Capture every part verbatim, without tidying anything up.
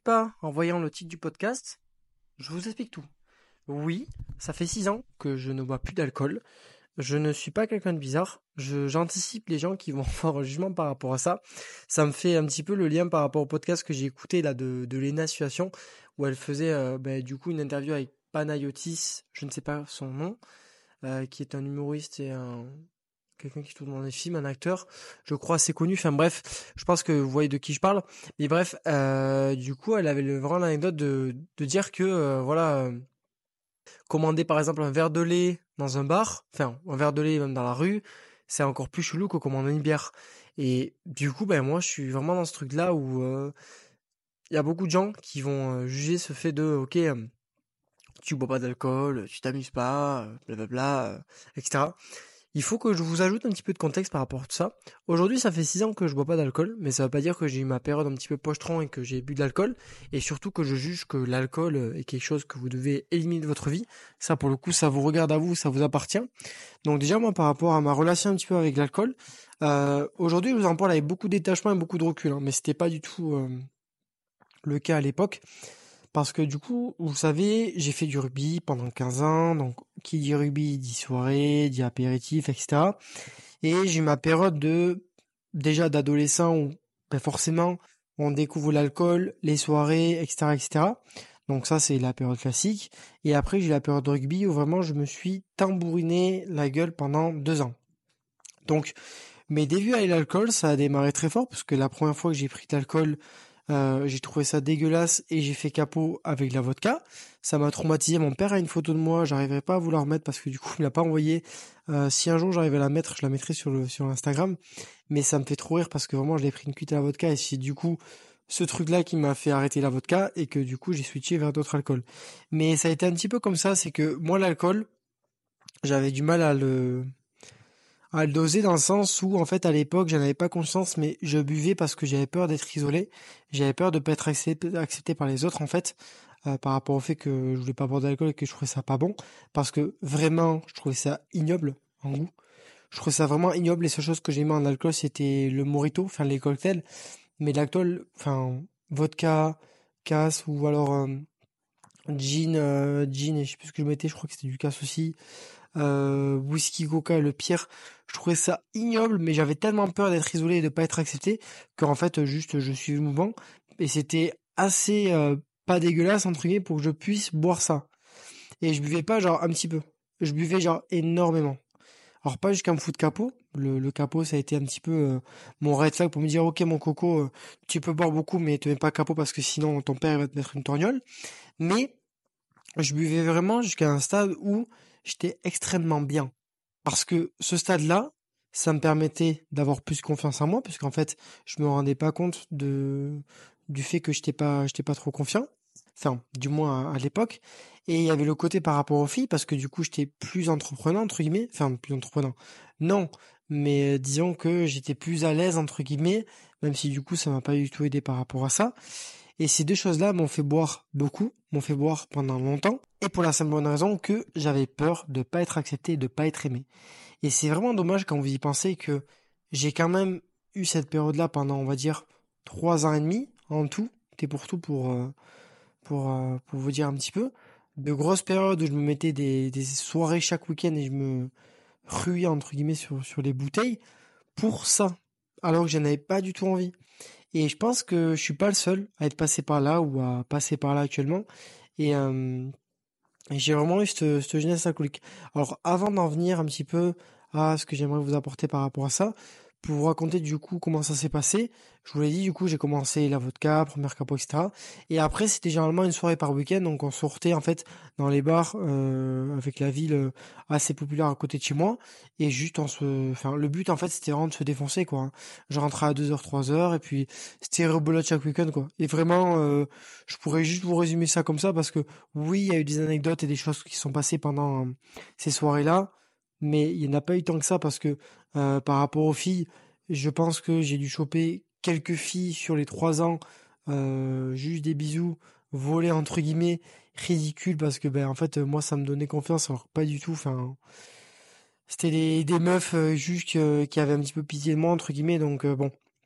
pas en voyant le titre du podcast, je vous explique tout. Oui, ça fait six ans que je ne bois plus d'alcool. Je ne suis pas quelqu'un de bizarre. Je, j'anticipe les gens qui vont avoir un jugement par rapport à ça. Ça me fait un petit peu le lien par rapport au podcast que j'ai écouté là de, de Léna Situation, où elle faisait euh, bah, du coup une interview avec Panayotis, je ne sais pas son nom, euh, qui est un humoriste et un quelqu'un qui tourne dans des films, un acteur, je crois assez connu. Enfin bref, je pense que vous voyez de qui je parle. Mais bref, euh, du coup, elle avait le, vraiment l'anecdote de, de dire que euh, voilà, euh, commander par exemple un verre de lait dans un bar, enfin un verre de lait même dans la rue, c'est encore plus chelou que commander une bière. Et du coup, ben moi, je suis vraiment dans ce truc-là où euh, il y a beaucoup de gens qui vont euh, juger ce fait de, ok, euh, tu bois pas d'alcool, tu t'amuses pas, euh, blablabla, euh, et cetera. Il faut que je vous ajoute un petit peu de contexte par rapport à tout ça. Aujourd'hui, ça fait six ans que je bois pas d'alcool, mais ça veut pas dire que j'ai eu ma période un petit peu pochetron et que j'ai bu de l'alcool, et surtout que je juge que l'alcool est quelque chose que vous devez éliminer de votre vie. Ça, pour le coup, ça vous regarde à vous, ça vous appartient. Donc déjà, moi, par rapport à ma relation un petit peu avec l'alcool, euh, aujourd'hui, je vous en parle avec beaucoup de détachement et beaucoup de recul, hein, mais c'était pas du tout euh, le cas à l'époque. Parce que du coup, vous savez, j'ai fait du rugby pendant quinze ans, donc qui dit rugby dit soirée, dit apéritif, et cetera. Et j'ai eu ma période de déjà d'adolescent où ben forcément on découvre l'alcool, les soirées, et cetera, et cetera. Donc ça c'est la période classique. Et après j'ai eu la période de rugby où vraiment je me suis tambouriné la gueule pendant deux ans. Donc mes débuts avec l'alcool, ça a démarré très fort parce que la première fois que j'ai pris de l'alcool, euh, j'ai trouvé ça dégueulasse et j'ai fait capot avec la vodka. Ça m'a traumatisé. Mon père a une photo de moi, j'arriverai pas à vous la remettre parce que du coup il me l'a pas envoyé. Euh, si un jour j'arrivais à la mettre, je la mettrai sur le sur Instagram. Mais ça me fait trop rire parce que vraiment je l'ai pris une cuite à la vodka et c'est du coup ce truc-là qui m'a fait arrêter la vodka et que du coup j'ai switché vers d'autres alcools. Mais ça a été un petit peu comme ça, c'est que moi l'alcool, j'avais du mal à le à le doser dans le sens où, en fait, à l'époque, j'en avais pas conscience, mais je buvais parce que j'avais peur d'être isolé. J'avais peur de pas être accepté, accepté par les autres, en fait, euh, par rapport au fait que je voulais pas boire d'alcool et que je trouvais ça pas bon. Parce que vraiment, je trouvais ça ignoble en goût. Je trouvais ça vraiment ignoble. Les seules choses que j'aimais en alcool, c'était le mojito, enfin les cocktails. Mais l'alcool, enfin, vodka, casse ou alors euh, gin, euh, gin, et je sais plus ce que je mettais, je crois que c'était du casse aussi euh, whisky coca le pire, je trouvais ça ignoble, mais j'avais tellement peur d'être isolé et de pas être accepté qu'en fait juste je suis le mouvement et c'était assez euh, pas dégueulasse entre guillemets pour que je puisse boire ça. Et je buvais pas genre un petit peu, je buvais genre énormément. Alors pas jusqu'à me foutre capot, le, le capot ça a été un petit peu euh, mon red flag pour me dire ok mon coco euh, tu peux boire beaucoup mais te mets pas capot parce que sinon ton père il va te mettre une torgnole. Mais je buvais vraiment jusqu'à un stade où j'étais extrêmement bien. Parce que ce stade-là, ça me permettait d'avoir plus confiance en moi, puisqu'en fait, je me rendais pas compte de du fait que j'étais pas j'étais pas trop confiant. Enfin, du moins à, à l'époque. Et il y avait le côté par rapport aux filles, parce que du coup, j'étais plus entreprenant, entre guillemets. Enfin, plus entreprenant. Non, mais euh, disons que j'étais plus à l'aise, entre guillemets, même si du coup, ça m'a pas du tout aidé par rapport à ça. Et ces deux choses-là m'ont fait boire beaucoup, m'ont fait boire pendant longtemps, et pour la simple bonne raison que j'avais peur de pas être accepté et de pas être aimé. Et c'est vraiment dommage quand vous y pensez que j'ai quand même eu cette période-là pendant, on va dire, trois ans et demi en tout, et pour tout pour, euh, pour, euh, pour vous dire un petit peu, de grosses périodes où je me mettais des, des soirées chaque week-end et je me ruais entre guillemets sur, sur les bouteilles pour ça, alors que j'en avais pas du tout envie. Et je pense que je suis pas le seul à être passé par là ou à passer par là actuellement. Et, euh, et j'ai vraiment eu cette, cette jeunesse alcoolique. Alors avant d'en venir un petit peu à ce que j'aimerais vous apporter par rapport à ça, pour vous raconter du coup comment ça s'est passé, je vous l'ai dit, du coup j'ai commencé la vodka, première capo, et cetera. Et après c'était généralement une soirée par week-end, donc on sortait en fait dans les bars euh, avec la ville euh, assez populaire à côté de chez moi. Et juste on se... Enfin le but en fait c'était vraiment de se défoncer quoi, hein. Je rentrais à deux heures, trois heures et puis c'était rebelote chaque week-end quoi. Et vraiment euh, je pourrais juste vous résumer ça comme ça parce que oui, il y a eu des anecdotes et des choses qui sont passées pendant euh, ces soirées-là, mais il n'y en a pas eu tant que ça parce que euh, par rapport aux filles, je pense que j'ai dû choper quelques filles sur les trois ans, euh, juste des bisous, volés entre guillemets, ridicules parce que ben en fait moi ça me donnait confiance, alors pas du tout. Enfin, c'était des, des meufs euh, juste que- qui avaient un petit peu pitié de moi entre guillemets, donc euh, bon.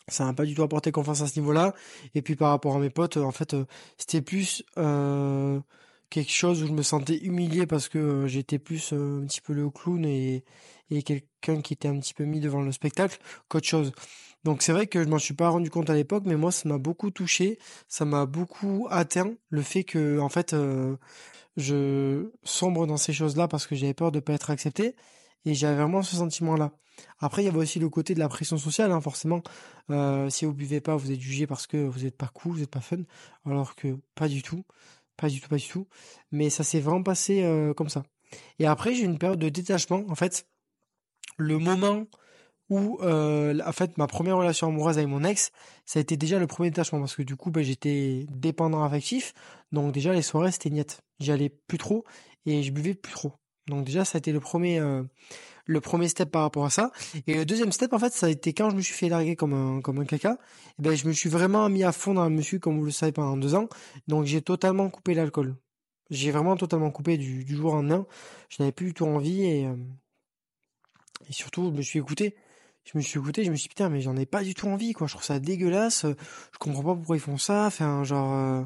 Ça m'a pas du tout apporté confiance à ce niveau-là. Et puis par rapport à mes potes, euh, en fait, euh, c'était plus euh, quelque chose où je me sentais humilié parce que euh, j'étais plus euh, un petit peu le clown et, et quelqu'un qui était un petit peu mis devant le spectacle qu'autre chose. Donc c'est vrai que je m'en suis pas rendu compte à l'époque, mais moi ça m'a beaucoup touché, ça m'a beaucoup atteint le fait que en fait euh, je sombre dans ces choses-là parce que j'avais peur de pas être accepté et j'avais vraiment ce sentiment-là. Après, il y avait aussi le côté de la pression sociale, hein, forcément. Euh, si vous buvez pas, vous êtes jugé parce que vous êtes pas cool, vous êtes pas fun, alors que pas du tout, pas du tout, pas du tout. Mais ça s'est vraiment passé euh, comme ça. Et après, j'ai eu une période de détachement. En fait, le moment où, euh, en fait, ma première relation amoureuse avec mon ex, ça a été déjà le premier détachement parce que du coup, ben, j'étais dépendant affectif. Donc déjà, les soirées, c'était niette. J'y allais plus trop et je buvais plus trop. Donc déjà, ça a été le premier, euh, le premier step par rapport à ça. Et le deuxième step, en fait, ça a été quand je me suis fait larguer comme un, comme un caca. Et ben, je me suis vraiment mis à fond dans le muscu, comme vous le savez, pendant deux ans. Donc j'ai totalement coupé l'alcool. J'ai vraiment totalement coupé du, du jour au lendemain. Je n'avais plus du tout envie et, euh, et surtout, je me suis écouté. Je me suis écouté, je me suis dit, putain, mais j'en ai pas du tout envie, quoi. Je trouve ça dégueulasse. euh, Je comprends pas pourquoi ils font ça. Enfin, genre, euh,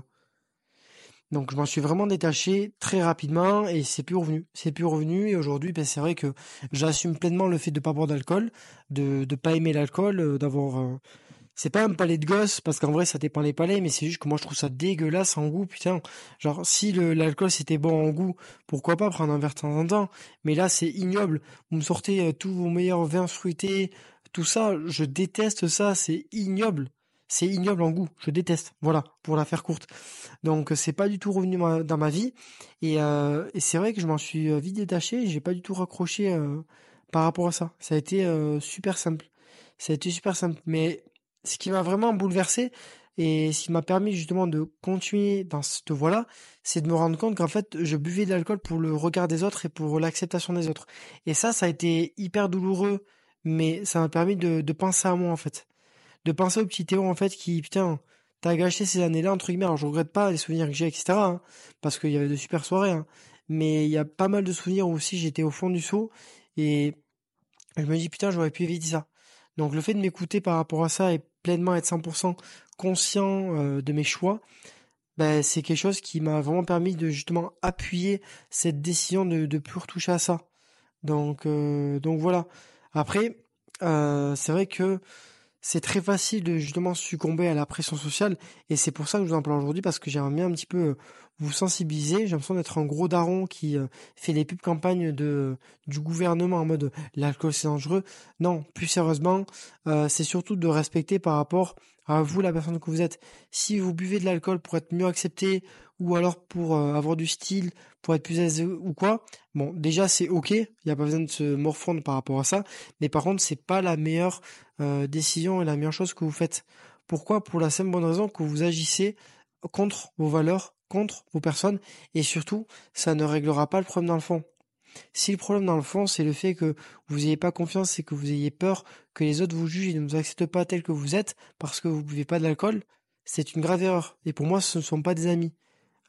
donc je m'en suis vraiment détaché très rapidement et c'est plus revenu. C'est plus revenu et aujourd'hui, ben, c'est vrai que j'assume pleinement le fait de pas boire d'alcool, de de pas aimer l'alcool, euh, d'avoir. euh, C'est pas un palais de gosse parce qu'en vrai ça dépend les palais, mais c'est juste que moi je trouve ça dégueulasse en goût, putain. Genre si le l'alcool c'était bon en goût, pourquoi pas prendre un verre de temps en temps. Mais là c'est ignoble. Vous me sortez euh, tous vos meilleurs vins fruités, tout ça, je déteste ça. C'est ignoble. C'est ignoble en goût, je déteste. Voilà, pour la faire courte. Donc c'est pas du tout revenu ma- dans ma vie et, euh, et c'est vrai que je m'en suis euh, vite détaché, et j'ai pas du tout raccroché euh, par rapport à ça. Ça a été euh, super simple. Ça a été super simple. Mais ce qui m'a vraiment bouleversé et ce qui m'a permis justement de continuer dans cette voie-là, c'est de me rendre compte qu'en fait je buvais de l'alcool pour le regard des autres et pour l'acceptation des autres. Et ça, ça a été hyper douloureux, mais ça m'a permis de, de penser à moi en fait, de penser au petit Théo en fait qui putain t'as gâché ces années-là entre guillemets. Alors je regrette pas les souvenirs que j'ai, etc., hein, parce qu'il y avait de super soirées, hein. Mais il y a pas mal de souvenirs où aussi j'étais au fond du seau et je me dis putain j'aurais pu éviter ça. Donc le fait de m'écouter par rapport à ça et pleinement être cent pour cent conscient euh, de mes choix, ben c'est quelque chose qui m'a vraiment permis de justement appuyer cette décision de de plus retoucher à ça. Donc euh, donc voilà. Après euh, c'est vrai que c'est très facile de justement succomber à la pression sociale et c'est pour ça que je vous en parle aujourd'hui parce que j'aimerais bien un petit peu euh, vous sensibiliser. J'ai l'impression d'être un gros daron qui euh, fait les pubs campagnes de du gouvernement en mode euh, l'alcool c'est dangereux. Non, plus sérieusement, euh, c'est surtout de respecter par rapport à vous la personne que vous êtes. Si vous buvez de l'alcool pour être mieux accepté ou alors pour euh, avoir du style, pour être plus aisé ou quoi, bon déjà c'est ok, il n'y a pas besoin de se morfondre par rapport à ça, mais par contre c'est pas la meilleure euh, décision est la meilleure chose que vous faites. Pourquoi? Pour la simple bonne raison que vous agissez contre vos valeurs, contre vos personnes, et surtout, ça ne réglera pas le problème dans le fond. Si le problème dans le fond, c'est le fait que vous n'ayez pas confiance et que vous ayez peur que les autres vous jugent et ne vous acceptent pas tel que vous êtes parce que vous ne buvez pas de l'alcool, c'est une grave erreur. Et pour moi, ce ne sont pas des amis.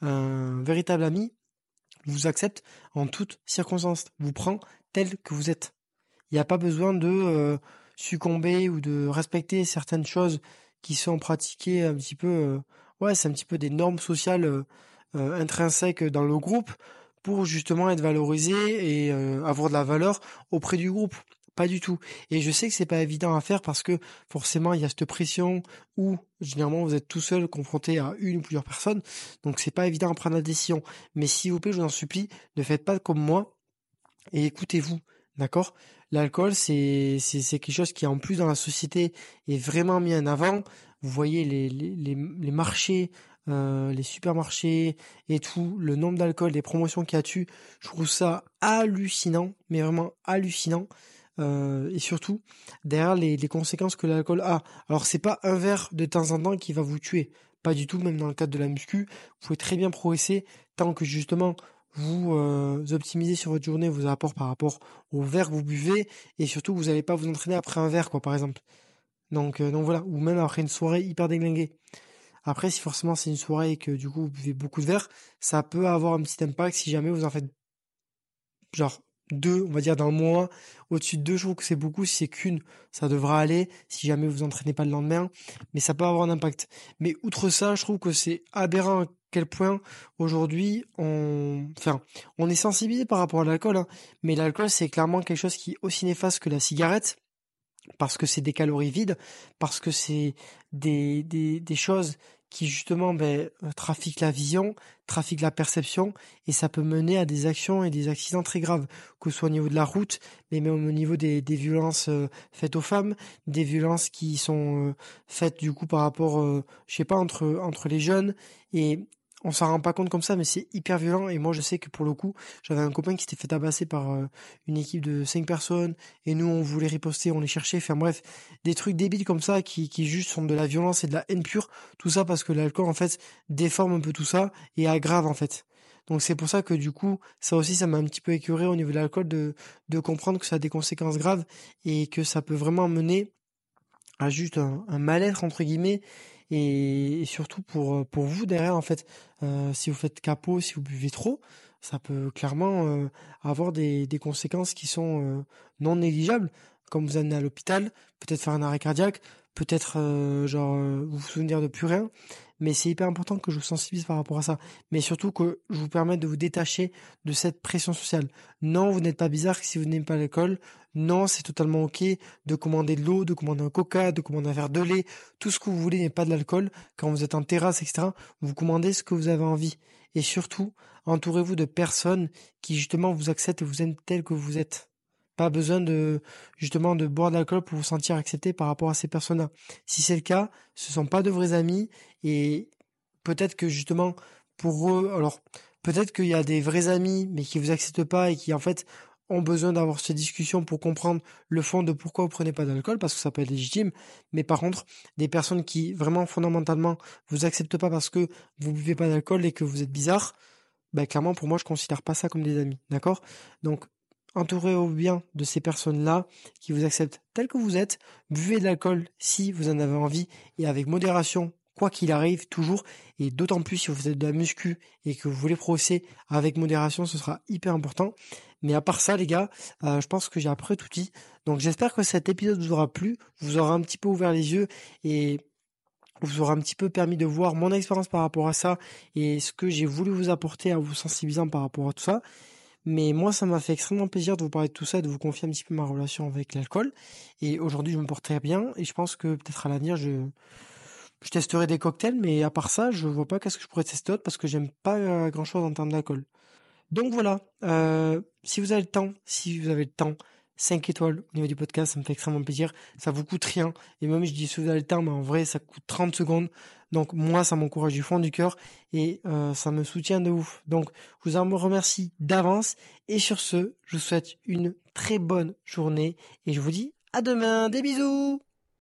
Un véritable ami vous accepte en toutes circonstances, vous prend tel que vous êtes. Il n'y a pas besoin de euh, succomber ou de respecter certaines choses qui sont pratiquées un petit peu. euh, ouais, c'est un petit peu des normes sociales euh, euh, intrinsèques dans le groupe pour justement être valorisé et euh, avoir de la valeur auprès du groupe. Pas du tout. Et je sais que c'est pas évident à faire parce que forcément il y a cette pression où généralement vous êtes tout seul confronté à une ou plusieurs personnes. Donc c'est pas évident à prendre la décision. Mais s'il vous plaît, je vous en supplie, ne faites pas comme moi et écoutez-vous, d'accord? L'alcool, c'est, c'est, c'est quelque chose qui, en plus, dans la société, est vraiment mis en avant. Vous voyez les, les, les, les marchés, euh, les supermarchés et tout, le nombre d'alcool, les promotions qu'il y a dessus, je trouve ça hallucinant, mais vraiment hallucinant. Euh, et surtout, derrière les, les conséquences que l'alcool a. Alors, c'est pas un verre de temps en temps qui va vous tuer. Pas du tout, même dans le cadre de la muscu. Vous pouvez très bien progresser tant que justement vous euh, optimisez sur votre journée vos apports par rapport au verre que vous buvez et surtout vous n'allez pas vous entraîner après un verre quoi par exemple. Donc euh, donc voilà, ou même après une soirée hyper déglinguée. Après si forcément c'est une soirée et que du coup vous buvez beaucoup de verre, ça peut avoir un petit impact si jamais vous en faites genre deux, on va dire, dans le mois. Au-dessus de deux, je trouve que c'est beaucoup. Si c'est qu'une, ça devra aller, si jamais vous entraînez pas le lendemain. Mais ça peut avoir un impact. Mais outre ça, je trouve que c'est aberrant à quel point aujourd'hui on, enfin, on est sensibilisé par rapport à l'alcool, hein. Mais l'alcool, c'est clairement quelque chose qui est aussi néfaste que la cigarette. Parce que c'est des calories vides, parce que c'est des, des, des choses qui justement ben, euh, trafiquent la vision, trafiquent la perception, et ça peut mener à des actions et des accidents très graves, que ce soit au niveau de la route, mais même au niveau des, des violences euh, faites aux femmes, des violences qui sont euh, faites du coup par rapport, euh, je sais pas, entre, entre les jeunes, et on s'en rend pas compte comme ça, mais c'est hyper violent, et moi je sais que pour le coup, j'avais un copain qui s'était fait tabasser par euh, une équipe de cinq personnes, et nous on voulait riposter, on les cherchait, enfin bref, des trucs débiles comme ça qui, qui juste sont de la violence et de la haine pure, tout ça parce que l'alcool en fait déforme un peu tout ça et aggrave en fait. Donc c'est pour ça que du coup, ça aussi ça m'a un petit peu écœuré au niveau de l'alcool de, de comprendre que ça a des conséquences graves et que ça peut vraiment mener à juste un, un mal-être entre guillemets et, et surtout pour, pour vous derrière en fait, euh, si vous faites capot, si vous buvez trop, ça peut clairement euh, avoir des, des conséquences qui sont euh, non négligeables, comme vous amener à l'hôpital, peut-être faire un arrêt cardiaque, peut-être euh, genre euh, vous vous souvenir de plus rien, mais c'est hyper important que je vous sensibilise par rapport à ça, mais surtout que je vous permette de vous détacher de cette pression sociale. Non, vous n'êtes pas bizarre si vous n'aimez pas l'alcool, non, c'est totalement ok de commander de l'eau, de commander un coca, de commander un verre de lait, tout ce que vous voulez, mais pas de l'alcool. Quand vous êtes en terrasse, et cetera, vous commandez ce que vous avez envie. Et surtout, entourez-vous de personnes qui justement vous acceptent et vous aiment tel que vous êtes. Pas besoin de justement de boire de l'alcool pour vous sentir accepté par rapport à ces personnes-là. Si c'est le cas, ce sont pas de vrais amis et peut-être que justement pour eux, alors peut-être qu'il y a des vrais amis mais qui vous acceptent pas et qui en fait ont besoin d'avoir cette discussion pour comprendre le fond de pourquoi vous prenez pas d'alcool, parce que ça peut être légitime, mais par contre, des personnes qui vraiment fondamentalement vous acceptent pas parce que vous buvez pas d'alcool et que vous êtes bizarre, ben clairement pour moi je considère pas ça comme des amis, d'accord? Donc entourez-vous bien de ces personnes-là qui vous acceptent tel que vous êtes, buvez de l'alcool si vous en avez envie et avec modération, quoi qu'il arrive, toujours, et d'autant plus si vous faites de la muscu et que vous voulez progresser avec modération, ce sera hyper important. Mais à part ça, les gars, euh, je pense que j'ai après tout dit. Donc j'espère que cet épisode vous aura plu, vous aura un petit peu ouvert les yeux et vous aura un petit peu permis de voir mon expérience par rapport à ça et ce que j'ai voulu vous apporter en vous sensibilisant par rapport à tout ça. Mais moi, ça m'a fait extrêmement plaisir de vous parler de tout ça et de vous confier un petit peu ma relation avec l'alcool. Et aujourd'hui, je me porte très bien et je pense que peut-être à l'avenir, je, je testerai des cocktails, mais à part ça, je vois pas qu'est-ce que je pourrais tester d'autre parce que j'aime pas euh, grand-chose en termes d'alcool. Donc voilà, euh, si vous avez le temps, si vous avez le temps, cinq étoiles au niveau du podcast, ça me fait extrêmement plaisir. Ça vous coûte rien. Et même je dis si vous avez le temps, mais en vrai, ça coûte trente secondes. Donc moi, ça m'encourage du fond du cœur et euh, ça me soutient de ouf. Donc je vous en remercie d'avance. Et sur ce, je vous souhaite une très bonne journée et je vous dis à demain. Des bisous!